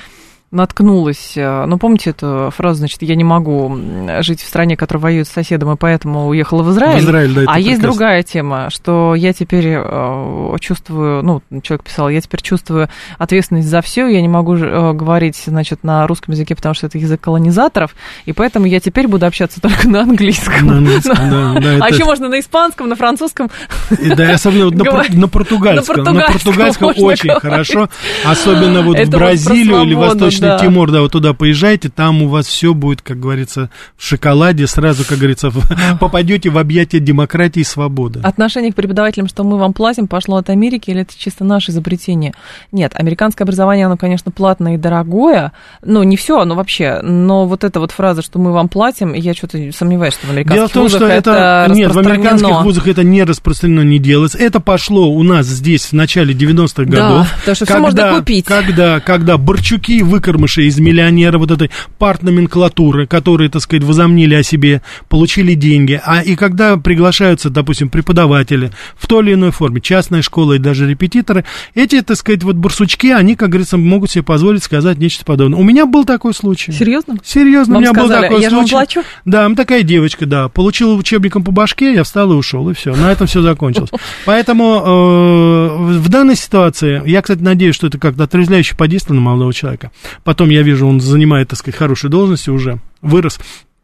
наткнулась, ну, помните эту фразу, значит, я не могу жить в стране, которая воюет с соседом, и поэтому уехала в Израиль. В Израиль, да, это а прекрасно. Есть другая тема, что я теперь э, чувствую, ну, человек писал, я теперь чувствую ответственность за все, я не могу э, говорить, значит, на русском языке, потому что это язык колонизаторов, и поэтому я теперь буду общаться только на английском. На английском, да. да а еще можно на испанском, на французском. Да, особенно на португальском. На португальском очень хорошо, особенно вот в Бразилию или Восточный Да. Тимор, да, вот туда поезжайте, там у вас все будет, как говорится, в шоколаде, сразу, как говорится, попадете в объятия демократии и свободы. Отношение к преподавателям, что мы вам платим, пошло от Америки, или это чисто наше изобретение? Нет, американское образование, оно, конечно, платное и дорогое, ну, не все, оно вообще, но вот эта вот фраза, что мы вам платим, я что-то сомневаюсь, что в американских Дело в том, вузах что это, это Нет, в американских вузах это не распространено, не делается. Это пошло у нас здесь в начале девяностых годов. Да, потому что все можно купить. Когда, когда Борчуки выкормыши из миллионера вот этой партноменклатуры, которые, так сказать, возомнили о себе, получили деньги, а и когда приглашаются, допустим, преподаватели в той или иной форме, частная школа и даже репетиторы, эти, так сказать, вот барсучки, они, как говорится, могут себе позволить сказать нечто подобное. У меня был такой случай. Серьезно? Серьезно, Вам у меня сказали, был такой я случай. Же вам плачу? Да, такая девочка, да, получила учебником по башке, я встал и ушел, и все, на этом все закончилось. Поэтому э, в данной ситуации, я, кстати, надеюсь, что это как-то отрезвляюще подействовало на молодого человека. Потом я вижу, он занимает, так сказать, хорошие должности уже, вырос.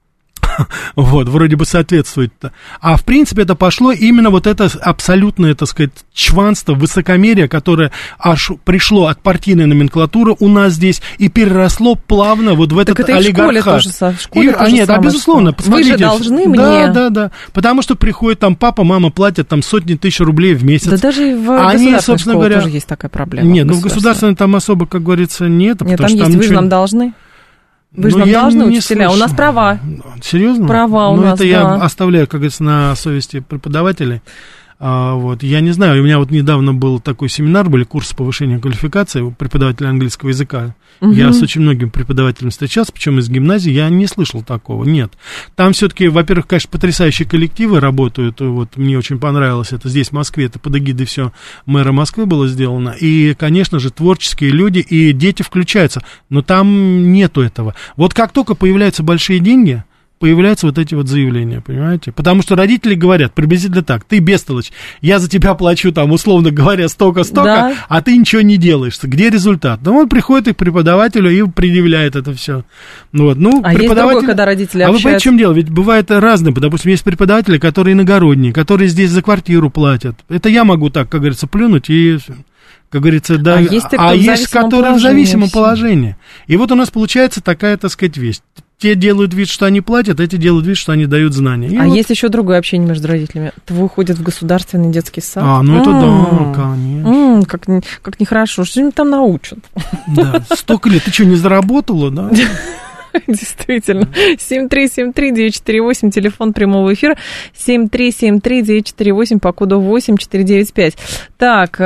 Вот, вроде бы соответствует. А в принципе это пошло именно вот это абсолютное, так сказать, чванство, высокомерие, которое аж пришло от партийной номенклатуры у нас здесь и переросло плавно вот в этот так это олигархат. И в школе тоже, в школе и, тоже а нет, самое, а безусловно, что? Вы же должны мне. Да, да, да. Потому что приходит там папа, мама платят там сотни тысяч рублей в месяц. Да даже в а государственной они, школе говоря, тоже есть такая проблема. Нет, ну в государственной там особо, как говорится, нет. Нет, там есть, там вы же нам должны. Вы же ну, нам должны, учителя, слышу. У нас права. Серьезно? Права у ну, нас, это да. я оставляю, как говорится, на совести преподавателей. А, вот, я не знаю, у меня вот недавно был такой семинар, были курсы повышения квалификации у преподавателя английского языка. Угу. Я с очень многими преподавателями встречался, причем из гимназии, я не слышал такого, нет. Там все-таки, во-первых, конечно, потрясающие коллективы работают, вот, мне очень понравилось это здесь, в Москве, это под эгидой все мэра Москвы было сделано, и, конечно же, творческие люди, и дети включаются, но там нету этого. Вот как только появляются большие деньги, появляются вот эти вот заявления, понимаете? Потому что родители говорят приблизительно так: ты бестолочь, я за тебя плачу там, условно говоря, столько-столько, да. А ты ничего не делаешь. Где результат? Ну, он приходит и к преподавателю и предъявляет это все. Вот. Ну, а есть другое, когда родители а общаются? А вы понимаете, в чем дело? Ведь бывает разное. Допустим, есть преподаватели, которые иногородние, которые здесь за квартиру платят. Это я могу так, как говорится, плюнуть и... Как говорится, да, а есть, а есть которые в зависимом положении. И вот у нас получается такая, так сказать, вещь. Те делают вид, что они платят, эти делают вид, что они дают знания. И а вот... есть еще другое общение между родителями. Твой уходит в государственный детский сад. А, ну это да, конечно. Как, как нехорошо, что им там научат. Да, столько лет. Ты что, не заработала, да? Действительно. семь три семь три девять четыре восемь, телефон прямого эфира. семь три семь три девять четыре восемь по коду восемь четыре девять пять. Так,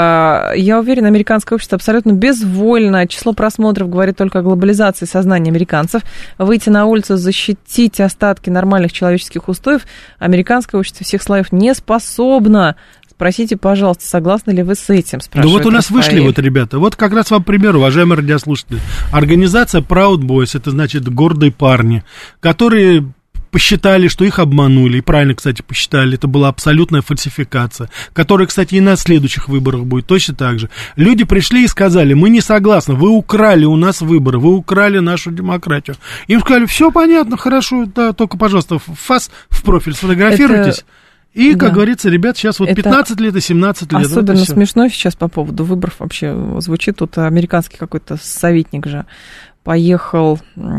я уверена, американское общество абсолютно безвольно. Число просмотров говорит только о глобализации сознания американцев. Выйти на улицу, защитить остатки нормальных человеческих устоев американское общество всех слоев не способно. Спросите, пожалуйста, согласны ли вы с этим? Да вот у нас Рафаэль. Вышли вот ребята. Вот как раз вам пример, уважаемые радиослушатели. Организация Proud Boys, это значит гордые парни, которые посчитали, что их обманули. И правильно, кстати, посчитали. Это была абсолютная фальсификация, которая, кстати, и на следующих выборах будет точно так же. Люди пришли и сказали: мы не согласны, вы украли у нас выборы, вы украли нашу демократию. Им сказали: все понятно, хорошо, да, только, пожалуйста, фас в профиль сфотографируйтесь. Это... И, как да. говорится, ребят, сейчас вот пятнадцать это лет и семнадцать лет. Особенно вот смешно сейчас по поводу выборов вообще звучит. Тут американский какой-то советник же поехал,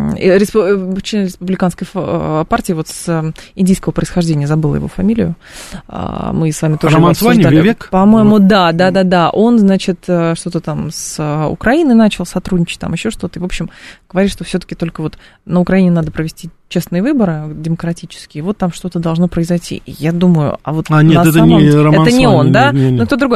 член республиканской партии, вот с индийского происхождения, забыла его фамилию, мы с вами тоже Роман его обсуждали. Свани, Вивек? По-моему, да, да, да, да, он, значит, что-то там с Украиной начал сотрудничать, там еще что-то, и, в общем, говорит, что все-таки только вот на Украине надо провести честные выборы, демократические, вот там что-то должно произойти. И я думаю, а вот а, нет, на это самом не деле... Роман Это не Свани, он, да? Не, не, не. Но кто другой.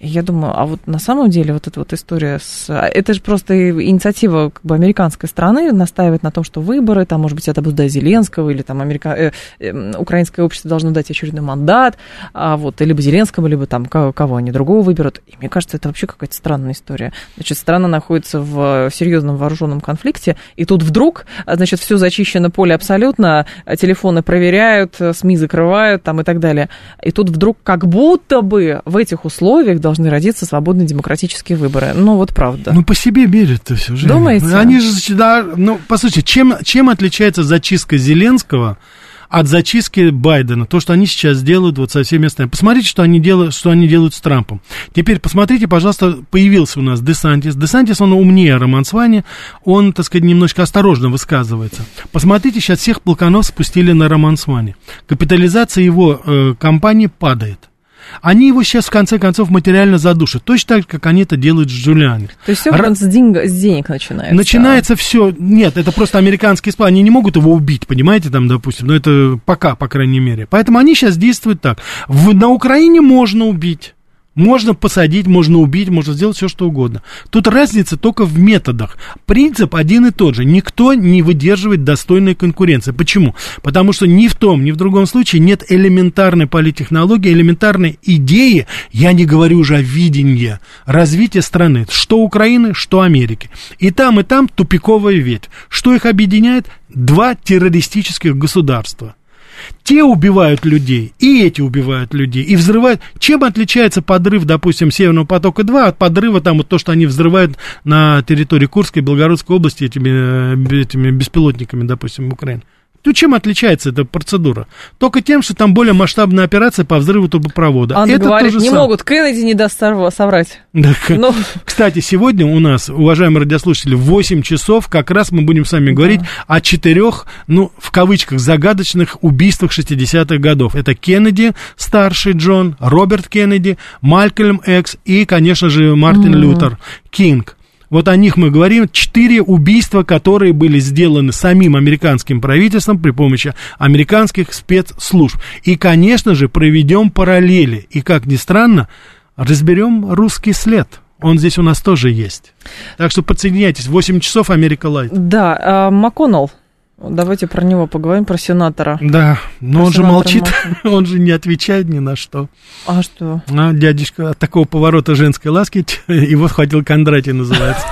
И я думаю, а вот на самом деле вот эта вот история с... Это же просто инициатива как бы американской страны настаивает на том, что выборы, там, может быть, это будет Зеленского, или там Америка... э, э, украинское общество должно дать очередной мандат, а вот, либо Зеленскому, либо там кого они другого выберут. И мне кажется, это вообще какая-то странная история. Значит, страна находится в серьезном вооруженном конфликте, и тут вдруг, значит, все зачищено поле абсолютно, телефоны проверяют, СМИ закрывают там и так далее. И тут вдруг как будто бы в этих условиях должны родиться свободные демократические выборы. Ну, вот правда. Ну, по себе берет-то все же. Думаете? Они же, да, ну, по сути, чем, чем отличается зачистка Зеленского от зачистки Байдена? То, что они сейчас делают вот со всеми остальными. Посмотрите, что они делают, что они делают с Трампом. Теперь посмотрите, пожалуйста, появился у нас Десантис. Десантис, он умнее Рамансвани, он, так сказать, немножко осторожно высказывается. Посмотрите, сейчас всех полканов спустили на Рамансвани. Капитализация его э, компании падает. Они его сейчас, в конце концов, материально задушат. Точно так же, как они это делают с Джулиани. То есть все Р... с, денег, с денег начинается? Начинается все... Нет, это просто американский сплав. Они не могут его убить, понимаете, там, допустим. Но это пока, по крайней мере. Поэтому они сейчас действуют так. В, на Украине можно убить. Можно посадить, можно убить, можно сделать все, что угодно. Тут разница только в методах. Принцип один и тот же. Никто не выдерживает достойной конкуренции. Почему? Потому что ни в том, ни в другом случае нет элементарной политтехнологии, элементарной идеи, я не говорю уже о видении развития страны. Что Украины, что Америки. И там, и там тупиковая ветвь. Что их объединяет? Два террористических государства. Те убивают людей, и эти убивают людей, и взрывают. Чем отличается подрыв, допустим, Северного потока-два от подрыва, там, вот то, что они взрывают на территории Курской и Белгородской области этими, этими беспилотниками, допустим, в Украине? Ну, чем отличается эта процедура? Только тем, что там более масштабная операция по взрыву трубопровода. Анна Это говорит, тоже не сам... могут, Кеннеди не даст соврать. Да. Но... Кстати, сегодня у нас, уважаемые радиослушатели, в восемь часов как раз мы будем с вами да. говорить о четырех, ну, в кавычках, загадочных убийствах шестидесятых годов. Это Кеннеди, старший Джон, Роберт Кеннеди, Малькольм Экс и, конечно же, Мартин mm-hmm. Лютер Кинг. Вот о них мы говорим. Четыре убийства, которые были сделаны самим американским правительством при помощи американских спецслужб. И, конечно же, проведем параллели. И, как ни странно, разберем русский след. Он здесь у нас тоже есть. Так что подсоединяйтесь. восемь часов Америка Лайт. Да, МакКоннелл. Давайте про него поговорим, про сенатора. Да, но про он же молчит, Маккон. Он же не отвечает ни на что. А что? А, дядечка, от такого поворота женской ласки его схватил Кондратий, называется.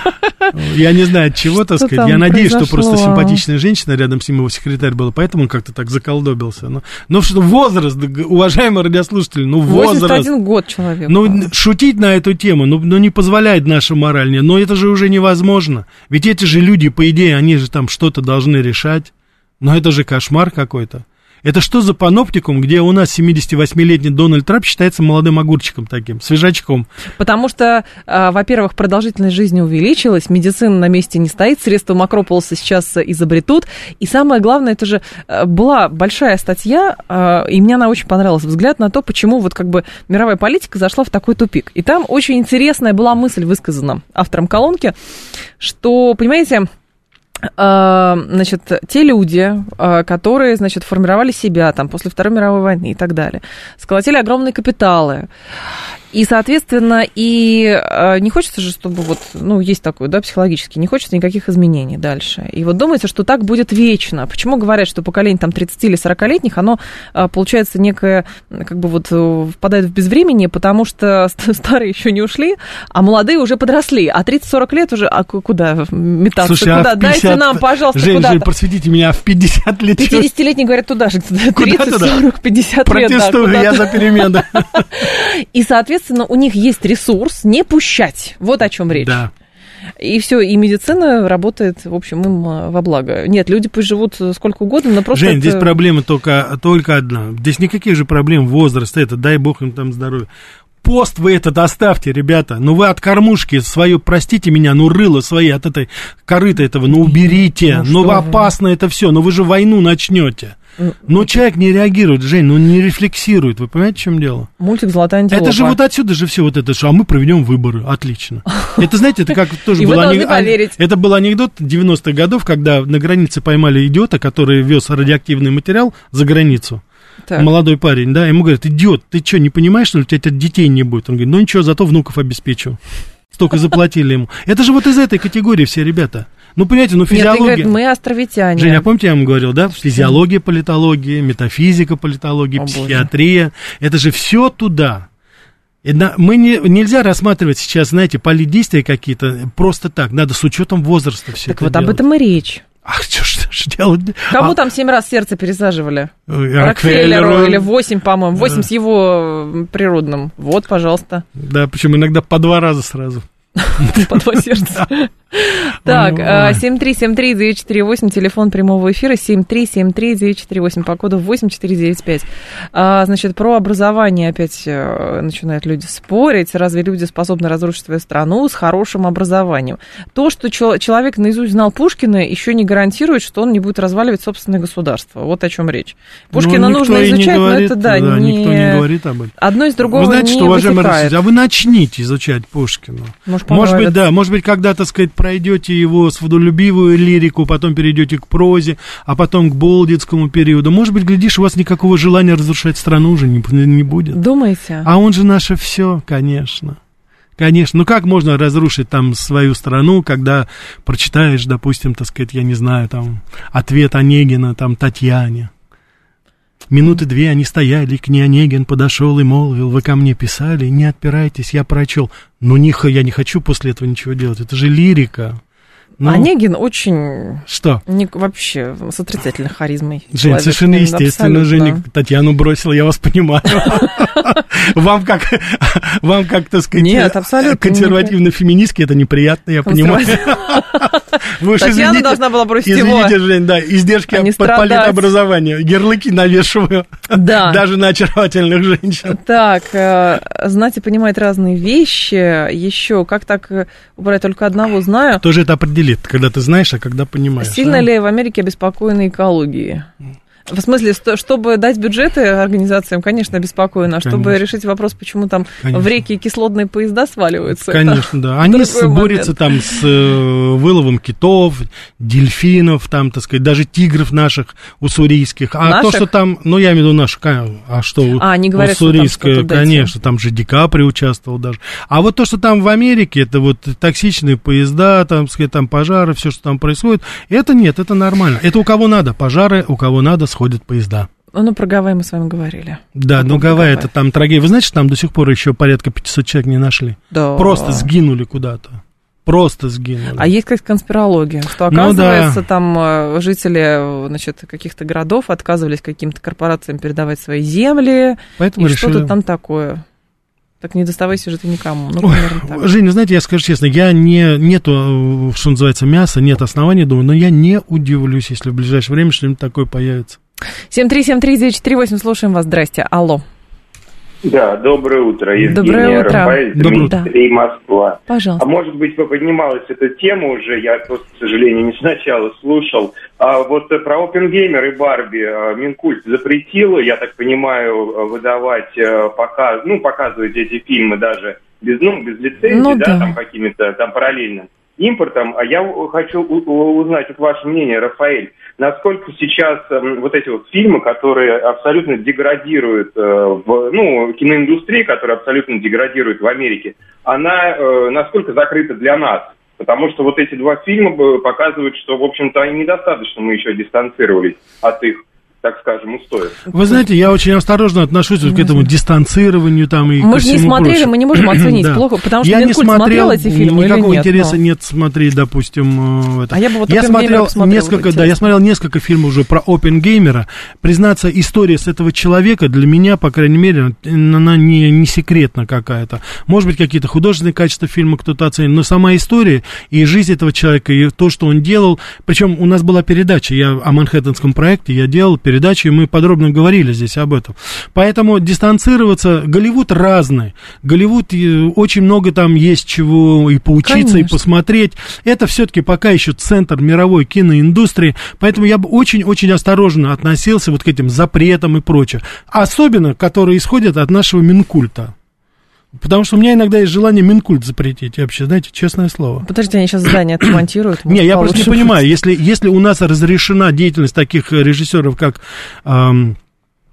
Я не знаю, от чего, так сказать. Я надеюсь, что просто симпатичная женщина рядом с ним, его секретарь была, поэтому он как-то так заколдобился. Но, но что возраст, уважаемые радиослушатели, ну возраст. восемьдесят один год человек. Ну, шутить на эту тему, ну, ну не позволяет наша мораль. Но это же уже невозможно. Ведь эти же люди, по идее, они же там что-то должны решать. Но это же кошмар какой-то. Это что за паноптикум, где у нас семидесятивосьмилетний Дональд Трамп считается молодым огурчиком таким, свежачком? Потому что, во-первых, продолжительность жизни увеличилась, медицина на месте не стоит, средства Макрополоса сейчас изобретут. И самое главное, это же была большая статья, и мне она очень понравилась, взгляд на то, почему вот как бы мировая политика зашла в такой тупик. И там очень интересная была мысль высказана автором колонки, что, понимаете... Значит, те люди, которые, значит, формировали себя там после Второй мировой войны и так далее, сколотили огромные капиталы. И, соответственно, и не хочется же, чтобы вот, ну, есть такое, да, психологически, не хочется никаких изменений дальше. И вот думается, что так будет вечно. Почему говорят, что поколение там тридцати или сорокалетних, оно, получается, некое, как бы вот впадает в безвременье, потому что старые еще не ушли, а молодые уже подросли. А тридцать-сорок лет уже, а куда метаться? Слушай, куда? А пятьдесят... Дайте нам, пожалуйста, Жень, куда-то. Жень, просветите меня, в пятьдесят лет. пятидесятилетние говорят туда же, тридцать, сорок, пятьдесят лет. Протестую, да, я за перемены. И, соответственно, у них есть ресурс не пущать. Вот о чем речь. Да. И все, и медицина работает, в общем, им во благо. Нет, люди пусть живут сколько угодно, но просто... Жень, это... здесь проблема только, только одна. Здесь никаких же проблем возраста, это, дай бог им там здоровья. Пост вы этот оставьте, ребята. Ну, вы от кормушки свое, простите меня, ну, рыло свои от этой корыта этого, ну, уберите. Ну, ну опасно это все, но вы же войну начнете. Ну, человек не реагирует, Жень, ну, не рефлексирует. Вы понимаете, в чем дело? Мультик «Золотая антилопа». Это же вот отсюда же все вот это, что, а мы проведем выборы. Отлично. Это, знаете, это как тоже был анекдот. Это был анекдот девяностых годов, когда на границе поймали идиота, который вез радиоактивный материал за границу. Так. Молодой парень, да, ему говорят: идиот, ты что, не понимаешь, что у тебя детей не будет? Он говорит: ну ничего, зато внуков обеспечу. Столько заплатили ему. Это же вот из этой категории все ребята. Ну, понимаете, ну физиология... Нет, ты говоришь, мы островитяне. Женя, помните, я вам говорил, да? Физиология, политология, метафизика, политология, О, психиатрия. Боже. Это же все туда. Мы не, нельзя рассматривать сейчас, знаете, политдействия какие-то просто так. Надо с учетом возраста все так это вот делать. Об этом и речь. Ах, что ж делать? Кому а... там семь раз сердце пересаживали? Рокфеллеру или восемь, по-моему. Восемь да. с его природным. Вот, пожалуйста. Да, причем иногда по два раза сразу. По два сердца. Так, семь три семь три девять четыре восемь, телефон прямого эфира, семь три семь три девять четыре восемь, по коду восемь четыре девять пять. Значит, про образование опять начинают люди спорить. Разве люди способны разрушить свою страну с хорошим образованием? То, что человек наизусть знал Пушкина, еще не гарантирует, что он не будет разваливать собственное государство. Вот о чем речь. Пушкина ну, нужно изучать, говорит, но это, да, да не... никто не говорит об этом. Одно из другого вы знаете, не что, уважаемые вытекает. А вы начните изучать Пушкина. Может, может быть, да, может быть, когда, так сказать, пройдете его свободолюбивую лирику, потом перейдете к прозе, а потом к болдитскому периоду. Может быть, глядишь, у вас никакого желания разрушать страну уже не, не будет. Думаете? А он же наше все, конечно. Конечно. Ну, как можно разрушить там свою страну, когда прочитаешь, допустим, так сказать, я не знаю, там, ответ Онегина, там, Татьяне. Минуты две они стояли, к ней Онегин подошел и молвил: вы ко мне писали, не отпирайтесь, я прочел. Ну, не, я не хочу после этого ничего делать, это же лирика. Ну, Онегин очень... Что? Не, вообще с отрицательной харизмой. Жень, человек, совершенно естественно, Женя, Татьяну бросила, я вас понимаю. Вам как, вам как, так сказать, нет, абсолютно консервативно-феминистки это неприятно, я понимаю. Вы уж Татьяна извините, должна была бросить извините, его. Извините, Жень, да, издержки а под политобразования, ярлыки навешиваю, да. даже на очаровательных женщин. Так, знать и понимать разные вещи, еще, как так убрать только одного, знаю. Кто же это определит, когда ты знаешь, а когда понимаешь? Сильно а? ли в Америке обеспокоены экологией? В смысле, чтобы дать бюджеты организациям, конечно, обеспокоено. А чтобы конечно. решить вопрос, почему там конечно. в реки кислотные поезда сваливаются. Конечно, да. Они борются там с э, выловом китов, дельфинов, там, так сказать, даже тигров наших уссурийских. А наших? То, что там, ну, я имею в виду наших, а что а, они говорят, уссурийское, что там конечно, там же Ди Каприо участвовал даже. А вот то, что там в Америке, это вот токсичные поезда, там, так сказать, там пожары, все, что там происходит, это нет, это нормально. Это у кого надо пожары, у кого надо сходят поезда. Ну, про Гавайи мы с вами говорили. Да, ну Гавайи это там трагедия. Вы знаете, что там до сих пор еще порядка пятьсот человек не нашли? Да. Просто сгинули куда-то. Просто сгинули. А есть какая-то конспирология, что, оказывается, ну, да. там жители, значит, каких-то городов отказывались каким-то корпорациям передавать свои земли. Поэтому и решили... что-то там такое. Так не доставайся же ты никому. Ну, примерно так. Женя, знаете, я скажу честно, я не, нету, что называется, мяса, нет оснований, думаю, но я не удивлюсь, если в ближайшее время что-нибудь такое появится. семь три семь три девять четыре восемь, слушаем вас, здрасте, алло. Да, доброе утро, Евгения, доброе утро. Рафаэль, Дмитрий, да. Москва. Пожалуйста. А может быть, поднималась эта тема уже, я просто, к сожалению, не сначала слушал. А вот про Оппенгеймер и Барби Минкульт запретил, я так понимаю, выдавать, показ, ну, показывать эти фильмы даже без, ну, без лицензии, ну, да, да, там какими-то там параллельно импортом. А я хочу узнать вот ваше мнение, Рафаэль, насколько сейчас э, вот эти вот фильмы, которые абсолютно деградируют э, в, ну, киноиндустрии, которая абсолютно деградирует в Америке, она э, насколько закрыта для нас? Потому что вот эти два фильма показывают, что, в общем-то, недостаточно мы еще дистанцировались от их, так скажем, устоев. Вы знаете, я очень осторожно отношусь вот к этому дистанцированию там и мы ко же не всему смотрели, прочему. Мы не можем оценить да. плохо, потому что я Минкульт не смотрел, смотрел эти фильмы никакого или нет, интереса но... нет смотреть, допустим, это. А я бы вот я смотрел несколько, вот да, я смотрел несколько фильмов уже про Оппенгеймера. Признаться, история с этого человека для меня, по крайней мере, она не, не секретна какая-то. Может быть, какие-то художественные качества фильма кто-то оценит, но сама история и жизнь этого человека, и то, что он делал. Причем у нас была передача, я о Манхэттенском проекте, я делал передачу, и мы подробно говорили здесь об этом. Поэтому дистанцироваться, Голливуд разный. Голливуд, очень много там есть чего и поучиться, конечно. И посмотреть. Это все-таки пока еще центр мировой киноиндустрии, поэтому я бы очень-очень осторожно относился вот к этим запретам и прочее. Особенно, которые исходят от нашего Минкульта. Потому что у меня иногда есть желание Минкульт запретить, вообще, знаете, честное слово. Подождите, они сейчас здание отмонтируют. Не, я просто не понимаю, если, если у нас разрешена деятельность таких режиссеров, как... Эм,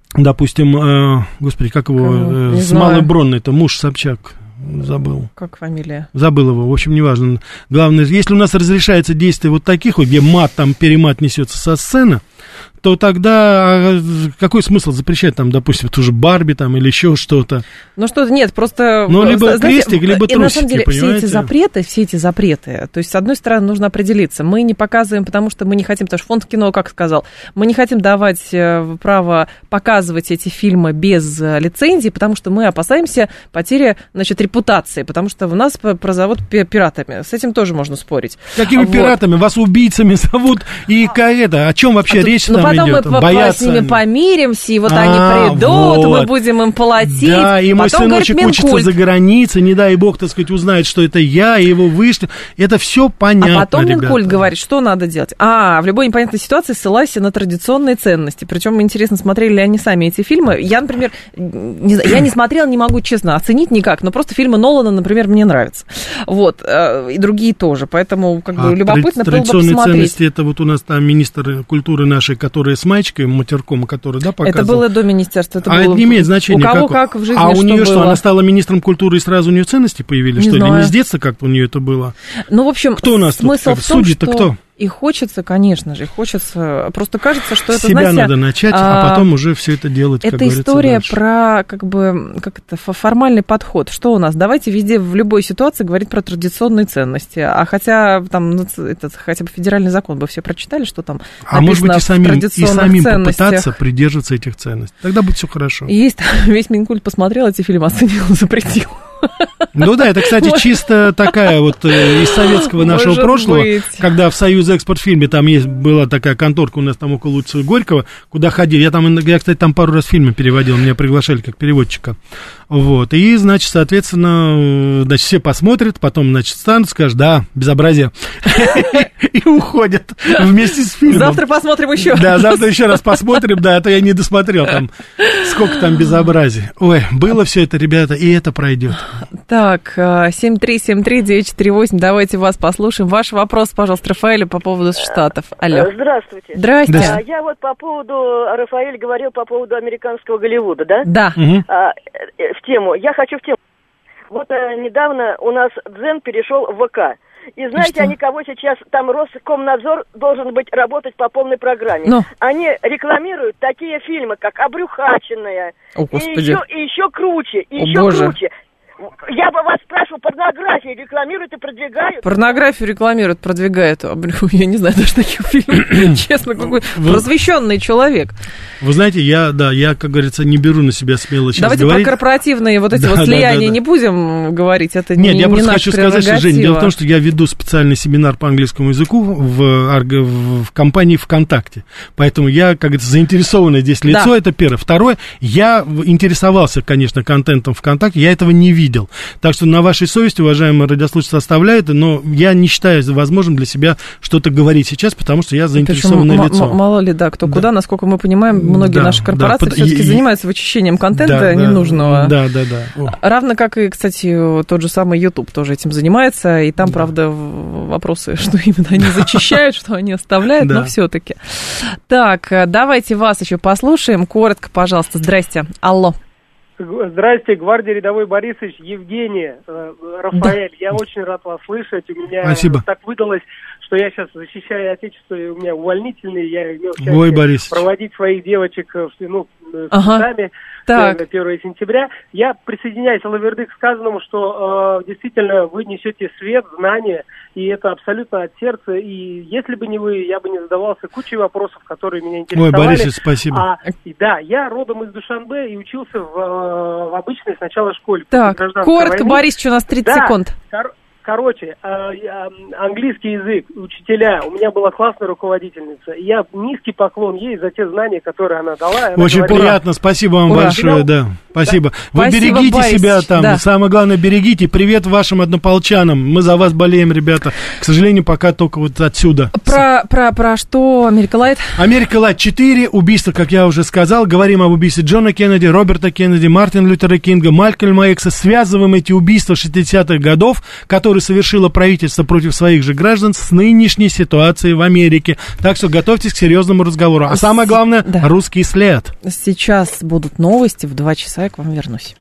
допустим, э, господи, как его, э, с Малой Бронной-то, муж Собчак. Забыл. Как фамилия? Забыл его, в общем, неважно. Главное, если у нас разрешается действие вот таких, вот, где мат, там, перемат несется со сцены, то тогда какой смысл запрещать, там, допустим, ту же Барби там, или еще что-то? Ну что-то, нет, просто... Ну, либо знаете, крестик, либо трусики, на самом деле, понимаете? Все эти запреты, все эти запреты, то есть, с одной стороны, нужно определиться. Мы не показываем, потому что мы не хотим, потому что фонд кино, как сказал, мы не хотим давать право показывать эти фильмы без лицензии, потому что мы опасаемся потери, значит, репутации, потому что в нас прозовут пиратами. С этим тоже можно спорить. Какими вот. Пиратами? Вас убийцами зовут? И это, о чем вообще а речь тут, там ну, потом идет? мы Боятся с ними они. Помиримся, и вот а, они придут, вот. Мы будем им платить. Да, и мой потом, сыночек говорит, учится за границей, не дай бог, так сказать, узнает, что это я, и его вышли. Это все понятно, А потом ребята. Минкульт говорит, что надо делать. А, в любой непонятной ситуации ссылайся на традиционные ценности. Причем интересно, смотрели ли они сами эти фильмы. Я, например, не, я не смотрела, не могу честно оценить никак, но просто фильмы Нолана, например, мне нравятся. Вот, и другие тоже. Поэтому, как бы, а любопытно было бы посмотреть. Традиционные ценности, это вот у нас там министр культуры нашей, которая с маечкой, матерком, который, да, показывал. Это было до министерства. Это а было... это не имеет значения. У кого как, как в жизни А у нее было? что, она стала министром культуры, и сразу у нее ценности появились, не что знаю. ли? Не с детства как-то у нее это было? Ну, в общем, кто у нас смысл тут? в том, Судьи-то что... кто? И хочется, конечно же, хочется, просто кажется, что это, себя знаете, надо начать, а, а потом уже все это делать, как это говорится, история дальше. Про, как бы, как это, формальный подход. Что у нас? Давайте везде, в любой ситуации говорить про традиционные ценности. А хотя, там, этот, хотя бы федеральный закон бы все прочитали, что там а может быть, и самим, и самим ценностях. попытаться придерживаться этих ценностей. Тогда будет все хорошо. И есть, весь Минкульт посмотрел эти фильмы, оценил, запретил. Ну да, это, кстати, чисто такая вот э, из советского нашего Может прошлого, быть. Когда в Союз Экспортфильме там есть, была такая конторка у нас там около улицы Горького, куда ходили. Я, там, я, кстати, там пару раз фильмы переводил, меня приглашали как переводчика. Вот, и, значит, соответственно, значит, все посмотрят, потом, значит, станут, скажут, да, безобразие, и уходят вместе с фильмом. Завтра посмотрим еще. Да, завтра еще раз посмотрим, да, а то я не досмотрел там, сколько там безобразий. Ой, было все это, ребята, и это пройдет. Так, семь три семь три девять четыре восемь, давайте вас послушаем. Ваш вопрос, пожалуйста, Рафаэлю по поводу Штатов. Алло. Здравствуйте. Здрасте. Да. А, я вот по поводу, Рафаэль говорил по поводу американского Голливуда, да? Да. Угу. А, в тему, я хочу в тему. Вот а, недавно у нас Дзен перешел в ВК. И знаете, и они кого сейчас, там Роскомнадзор должен быть работать по полной программе. Ну. Они рекламируют такие фильмы, как «Обрюхаченная», О, и Господи. еще, и еще круче, и О, еще Боже. круче. Я бы вас спрашивал, порнографию рекламируют и продвигают? Порнографию рекламируют, продвигают. Я не знаю даже таких фильмов. Честно, какой просвещенный человек. Вы знаете, я, да, я, как говорится, не беру на себя смело сейчас Давайте говорить. про корпоративные вот эти Да, вот да, слияния да, да. не будем говорить. Это Нет, не, я не просто наша хочу сказать, что, Жень, дело в том, что я веду специальный семинар по английскому языку в, в, в компании ВКонтакте. Поэтому я, как говорится, заинтересованное здесь лицо, да. Это первое. Второе, я интересовался, конечно, контентом ВКонтакте, я этого не видел. Так что на вашей совести, уважаемые радиослушатели, оставляет, но я не считаю возможным для себя что-то говорить сейчас, потому что я заинтересованное Причем, лицо. М- мало ли, да, кто да. куда, насколько мы понимаем, многие да, наши корпорации да, все-таки и, занимаются вычищением контента да, ненужного. Да, да, да. О. Равно как и, кстати, тот же самый YouTube тоже этим занимается, и там, да. правда, вопросы, что именно они зачищают, что они оставляют, но все-таки. Так, давайте вас еще послушаем. Коротко, пожалуйста. Здрасте. Алло. Здрасте, гвардия рядовой Борисович, Евгений, э, Рафаэль. Да. Я очень рад вас слышать. У меня Спасибо. Так выдалось, что я сейчас защищаю Отечество, и у меня увольнительный. Я имел Ой, счастье проводить своих девочек ну, ага. сами первого сентября. Я присоединяюсь, Алаверды, к сказанному, что э, действительно вы несете свет, знания, и это абсолютно от сердца. И если бы не вы, я бы не задавался кучей вопросов, которые меня интересовали. Ой, Борисович, спасибо. А, и, да, я родом из Душанбе и учился в, в обычной сначала школе. Так, коротко, Борисович, у нас тридцать да, секунд. Кор- короче, э, э, английский язык, учителя, у меня была классная руководительница, и я низкий поклон ей за те знания, которые она дала. Она Очень говорила, приятно, спасибо вам Ура. большое, да, спасибо. Да. Вы Спасибо, берегите Борис. себя там, Да. самое главное, берегите. Привет вашим однополчанам, мы за вас болеем, ребята. К сожалению, пока только вот отсюда. Про, про, про что Америка Лайт? Америка Лайт четыре, убийство, как я уже сказал. Говорим об убийстве Джона Кеннеди, Роберта Кеннеди, Мартина Лютера Кинга, Малькольма Экса. Связываем эти убийства шестидесятых годов, которые которую совершило правительство против своих же граждан с нынешней ситуацией в Америке. Так что готовьтесь к серьезному разговору. А самое главное, да. русский след. Сейчас будут новости, в два часа я к вам вернусь.